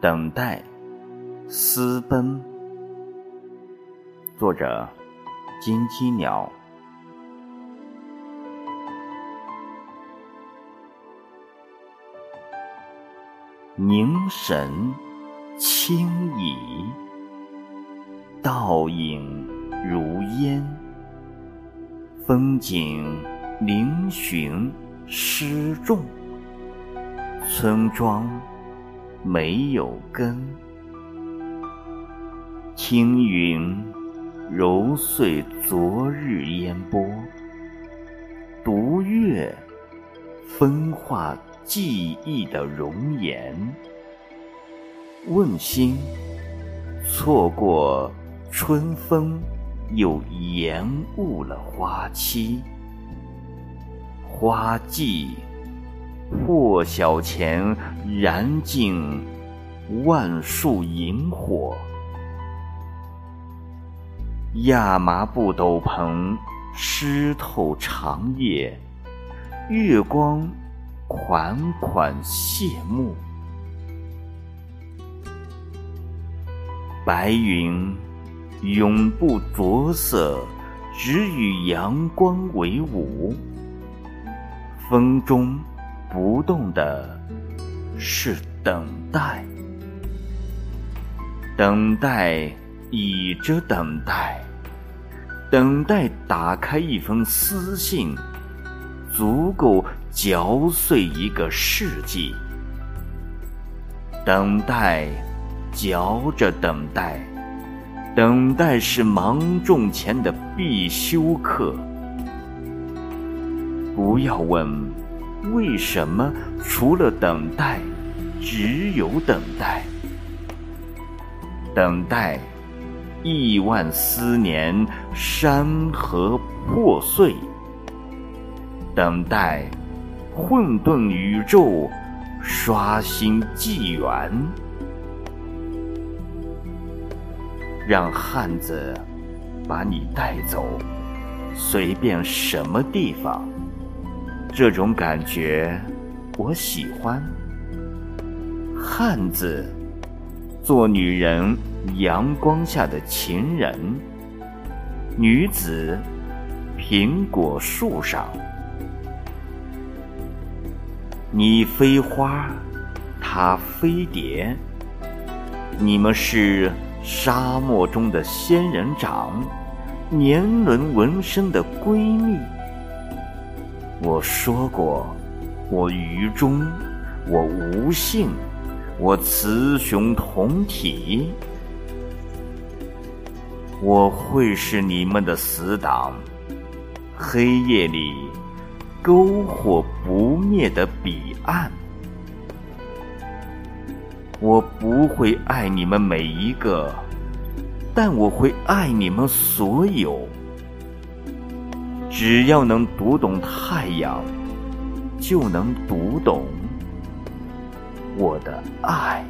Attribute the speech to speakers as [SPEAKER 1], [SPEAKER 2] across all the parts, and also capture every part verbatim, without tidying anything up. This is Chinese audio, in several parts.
[SPEAKER 1] 等待，私奔。作者：金鸡鸟。凝神轻倚，倒影如烟，风景嶙峋失重，村庄没有根，听云揉碎昨日烟波，读月分化记忆的容颜，问心错过春风，又延误了花期。花季破晓前燃尽万束萤火，亚麻布斗篷湿透长夜，月光款款谢幕。白云永不着色，只与阳光为伍。风中不动的是等待，等待倚着等待，等待打开一封私信，足够嚼碎一个世纪。等待，嚼着等待，等待是芒种前的必修课。不要问为什么除了等待只有等待。等待亿万思念山河破碎，等待混沌宇宙刷新纪元。让汉子把你带走，随便什么地方，这种感觉我喜欢。汉子做女人阳光下的情人，女子苹果树上。你飞花，她飞蝶，你们是沙漠中的仙人掌，年轮纹身的闺蜜。我说过，我愚忠，我无性，我雌雄同体。我会是你们的死党，黑夜里篝火不灭的彼岸。我不会爱你们每一个，但我会爱你们所有。只要能读懂太阳，就能读懂我的爱。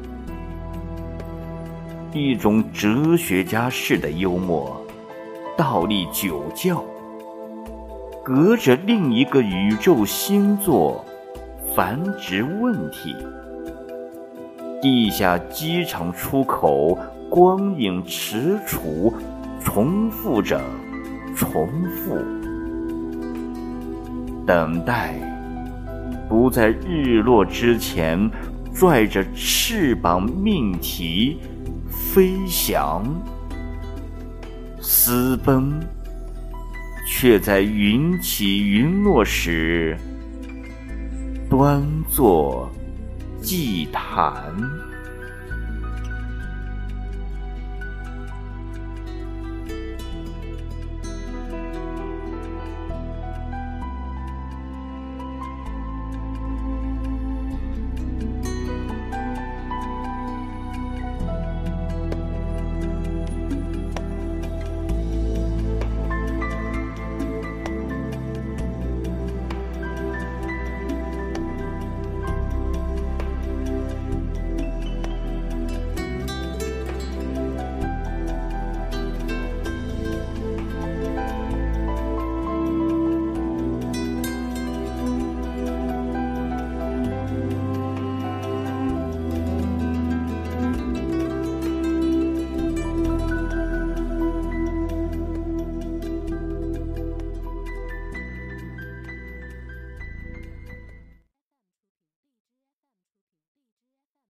[SPEAKER 1] 一种哲学家式的幽默，倒立酒窖，隔着另一个宇宙星座繁殖问题。地下机场出口光影迟楚，重复着重复。等待不在日落之前拽着翅膀命题飞翔，私奔却在云起云落时端坐祭坛。